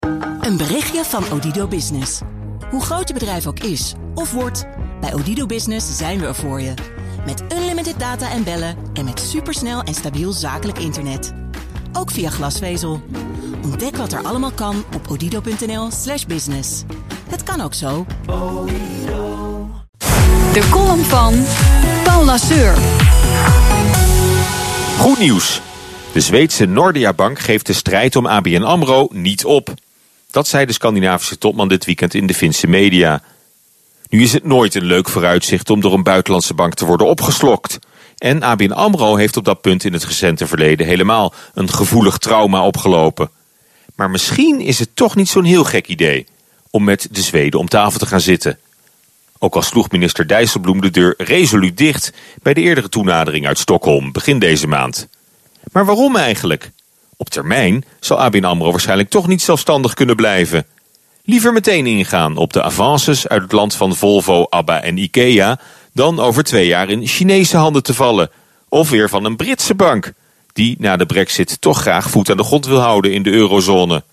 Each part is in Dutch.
Een berichtje van Odido Business. Hoe groot je bedrijf ook is of wordt, bij Odido Business zijn we er voor je. Met unlimited data en bellen en met supersnel en stabiel zakelijk internet. Ook via glasvezel. Ontdek wat er allemaal kan op odido.nl/business. Het kan ook zo. De column van Paul Lasseur. Goed nieuws. De Zweedse Nordea Bank geeft de strijd om ABN AMRO niet op. Dat zei de Scandinavische topman dit weekend in de Finse media. Nu is het nooit een leuk vooruitzicht om door een buitenlandse bank te worden opgeslokt. En ABN AMRO heeft op dat punt in het recente verleden helemaal een gevoelig trauma opgelopen. Maar misschien is het toch niet zo'n heel gek idee om met de Zweden om tafel te gaan zitten. Ook al sloeg minister Dijsselbloem de deur resoluut dicht bij de eerdere toenadering uit Stockholm begin deze maand. Maar waarom eigenlijk? Op termijn zal ABN AMRO waarschijnlijk toch niet zelfstandig kunnen blijven. Liever meteen ingaan op de avances uit het land van Volvo, ABBA en IKEA dan over 2 jaar in Chinese handen te vallen. Of weer van een Britse bank, die na de Brexit toch graag voet aan de grond wil houden in de eurozone.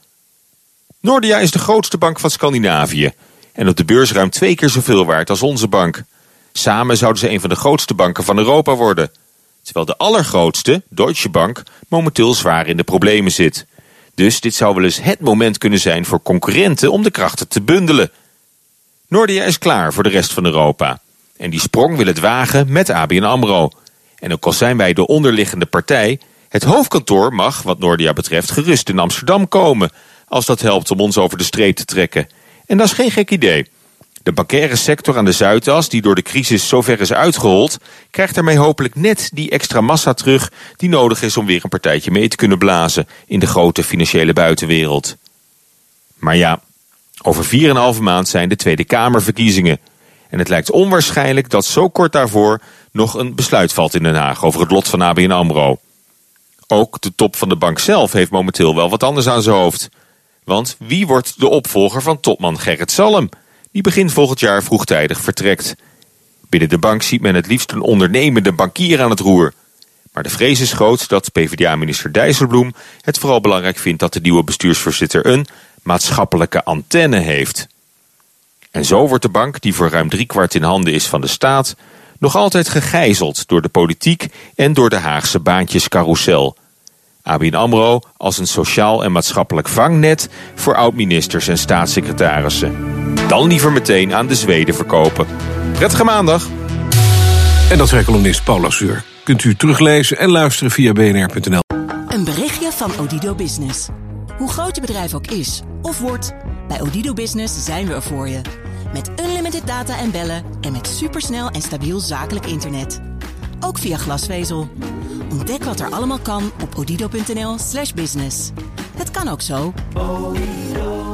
Nordea is de grootste bank van Scandinavië en op de beurs ruim 2 keer zoveel waard als onze bank. Samen zouden ze een van de grootste banken van Europa worden. Terwijl de allergrootste, Deutsche Bank, momenteel zwaar in de problemen zit. Dus dit zou wel eens het moment kunnen zijn voor concurrenten om de krachten te bundelen. Nordea is klaar voor de rest van Europa. En die sprong wil het wagen met ABN AMRO. En ook al zijn wij de onderliggende partij, het hoofdkantoor mag, wat Nordea betreft, gerust in Amsterdam komen, als dat helpt om ons over de streep te trekken. En dat is geen gek idee. De bankaire sector aan de Zuidas, die door de crisis zover is uitgehold, krijgt daarmee hopelijk net die extra massa terug die nodig is om weer een partijtje mee te kunnen blazen in de grote financiële buitenwereld. Maar ja, over 4,5 maand zijn de Tweede Kamerverkiezingen. En het lijkt onwaarschijnlijk dat zo kort daarvoor nog een besluit valt in Den Haag over het lot van ABN AMRO. Ook de top van de bank zelf heeft momenteel wel wat anders aan zijn hoofd. Want wie wordt de opvolger van topman Gerrit Salm, die begin volgend jaar vroegtijdig vertrekt? Binnen de bank ziet men het liefst een ondernemende bankier aan het roer. Maar de vrees is groot dat PvdA-minister Dijsselbloem het vooral belangrijk vindt dat de nieuwe bestuursvoorzitter een maatschappelijke antenne heeft. En zo wordt de bank, die voor ruim 3/4 in handen is van de staat, nog altijd gegijzeld door de politiek en door de Haagse baantjescarousel. ABN AMRO als een sociaal en maatschappelijk vangnet voor oud-ministers en staatssecretarissen. Dan liever meteen aan de Zweden verkopen. Prettige maandag! En dat zei columnist Paul Lasseur. Kunt u teruglezen en luisteren via bnr.nl. Een berichtje van Odido Business. Hoe groot je bedrijf ook is of wordt, bij Odido Business zijn we er voor je. Met unlimited data en bellen en met supersnel en stabiel zakelijk internet. Ook via glasvezel. Ontdek wat er allemaal kan op odido.nl/business. Het kan ook zo.